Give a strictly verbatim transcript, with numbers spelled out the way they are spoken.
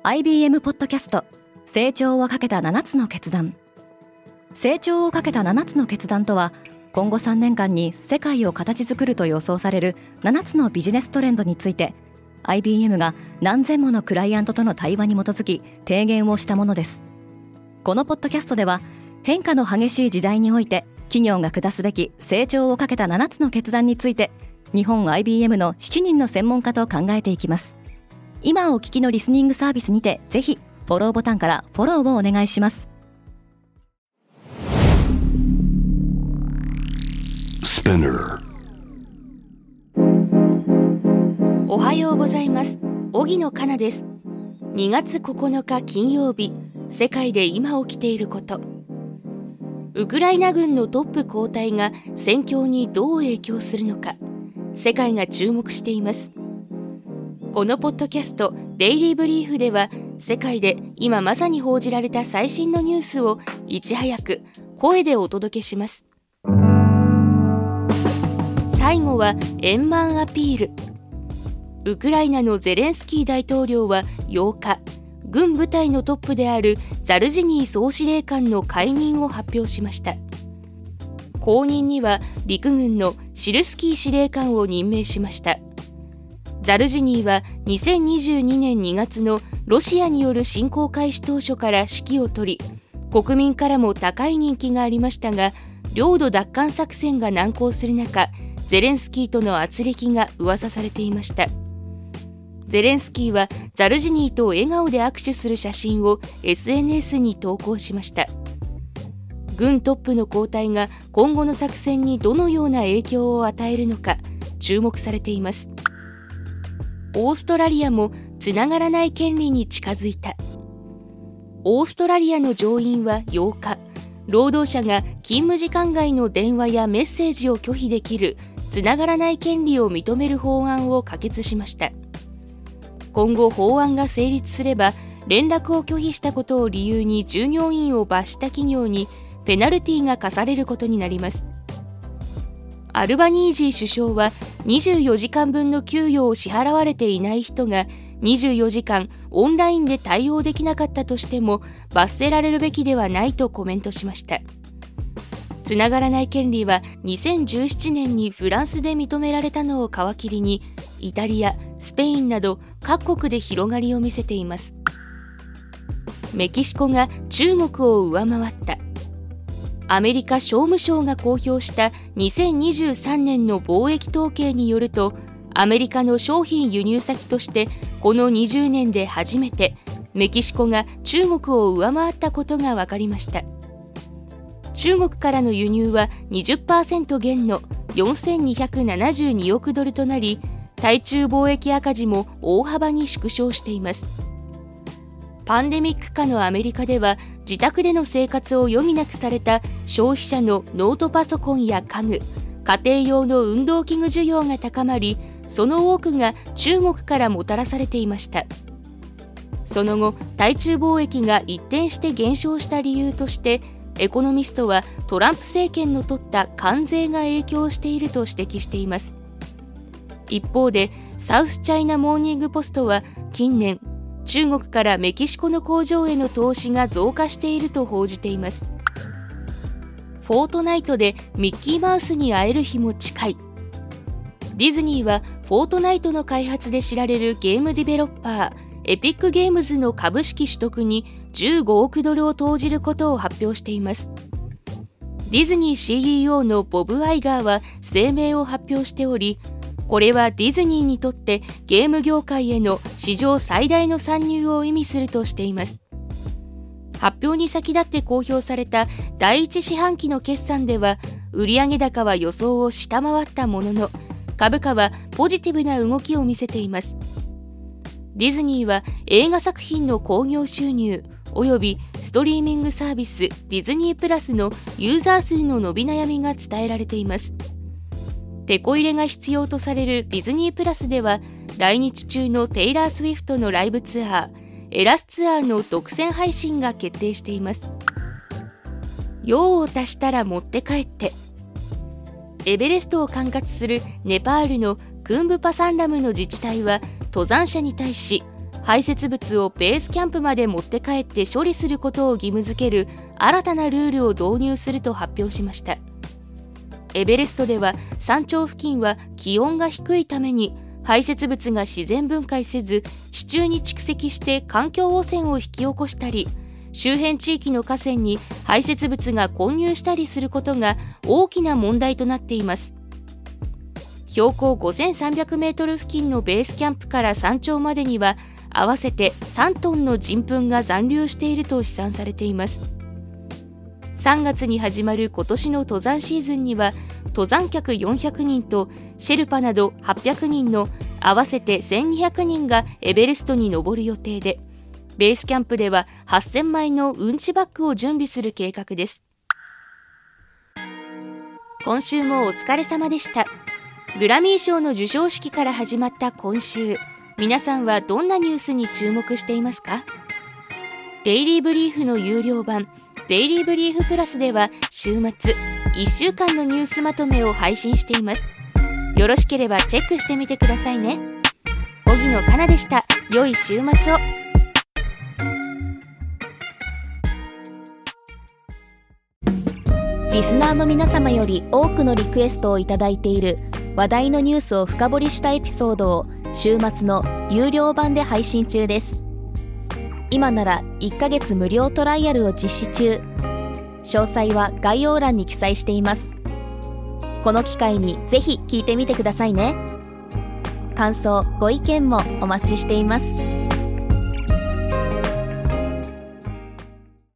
アイビーエム ポッドキャスト成長をかけたななつの決断。成長をかけたななつの決断とは、今後さんねんかんに世界を形作ると予想されるななつのビジネストレンドについて アイビーエム が何千ものクライアントとの対話に基づき提言をしたものです。このポッドキャストでは、変化の激しい時代において企業が下すべき成長をかけたななつの決断について、日本 アイビーエム のしちにんの専門家と考えていきます。今お聞きのリスニングサービスにて、ぜひフォローボタンからフォローをお願いします。 おはようございます。荻野かなです。にがつここのか金曜日、世界で今起きていること。ウクライナ軍のトップ交代が戦況にどう影響するのか、世界が注目しています。このポッドキャストデイリーブリーフでは、世界で今まさに報じられた最新のニュースをいち早く声でお届けします。最後は円満アピール。ウクライナのゼレンスキー大統領はようか、軍部隊のトップであるザルジニー総司令官の解任を発表しました。後任には陸軍のシルスキー司令官を任命しました。ザルジニーはにせんにじゅうにねんにがつのロシアによる侵攻開始当初から指揮を執り、国民からも高い人気がありましたが、領土奪還作戦が難航する中、ゼレンスキーとの圧力が噂されていました。ゼレンスキーはザルジニーと笑顔で握手する写真を エスエヌエス に投稿しました。軍トップの交代が今後の作戦にどのような影響を与えるのか注目されています。オーストラリアもつながらない権利に近づいた。オーストラリアの上院はようか、労働者が勤務時間外の電話やメッセージを拒否できるつながらない権利を認める法案を可決しました。今後法案が成立すれば、連絡を拒否したことを理由に従業員を罰した企業にペナルティが課されることになります。アルバニージー首相はにじゅうよじかんぶんの給与を支払われていない人がにじゅうよじかんオンラインで対応できなかったとしても罰せられるべきではないとコメントしました。つながらない権利はにせんじゅうななねんにフランスで認められたのを皮切りに、イタリア、スペインなど各国で広がりを見せています。メキシコが中国を上回った。アメリカ商務省が公表したにせんにじゅうさんねんの貿易統計によると、アメリカの商品輸入先としてこのにじゅうねんで初めてメキシコが中国を上回ったことが分かりました。中国からの輸入は にじゅっパーセント 減のよんせんにひゃくななじゅうにおくドルとなり、対中貿易赤字も大幅に縮小しています。パンデミック下のアメリカでは、自宅での生活を余儀なくされた消費者のノートパソコンや家具、家庭用の運動器具需要が高まり、その多くが中国からもたらされていました。その後、対中貿易が一転して減少した理由として、エコノミストはトランプ政権の取った関税が影響していると指摘しています。一方で、サウスチャイナモーニングポストは近年、中国からメキシコの工場への投資が増加していると報じています。フォートナイトでミッキーマウスに会える日も近い。ディズニーはフォートナイトの開発で知られるゲームディベロッパー、エピックゲームズの株式取得にじゅうごおくドルを投じることを発表しています。ディズニー シーイーオー のボブ・アイガーは声明を発表しており、これはディズニーにとってゲーム業界への史上最大の参入を意味するとしています。発表に先立って公表された第一四半期の決算では、売上高は予想を下回ったものの、株価はポジティブな動きを見せています。ディズニーは映画作品の興行収入およびストリーミングサービスディズニープラスのユーザー数の伸び悩みが伝えられています。テこ入れが必要とされるディズニープラスでは、来日中のテイラー・スウィフトのライブツアー、エラスツアーの独占配信が決定しています。用を足したら持って帰って。エベレストを管轄するネパールのクンブパサンラムの自治体は登山者に対し、 排泄物をベースキャンプまで持って帰って処理することを義務付ける新たなルールを導入すると発表しました。エベレストでは山頂付近は気温が低いために排泄物が自然分解せず地中に蓄積して環境汚染を引き起こしたり、周辺地域の河川に排泄物が混入したりすることが大きな問題となっています。標高ごせんさんびゃくメートル付近のベースキャンプから山頂までには合わせてさんトンの人糞が残留していると試算されています。さんがつに始まる今年の登山シーズンには登山客よんひゃくにんとシェルパなどはっぴゃくにんの合わせてせんにひゃくにんがエベレストに登る予定で、ベースキャンプでははっせんまいのうんちバッグを準備する計画です。今週もお疲れ様でした。グラミー賞の授賞式から始まった今週、皆さんはどんなニュースに注目していますか？デイリーブリーフの有料版デイリーブリーフプラスでは週末いっしゅうかんのニュースまとめを配信しています。よろしければチェックしてみてくださいね。荻野かなでした。良い週末を。 リスナーの皆様より多くのリクエストをいただいている話題のニュースを深掘りしたエピソードを週末の有料版で配信中です。今ならいっかげつ無料トライアルを実施中。詳細は概要欄に記載しています。この機会にぜひ聞いてみてくださいね。感想、ご意見もお待ちしています。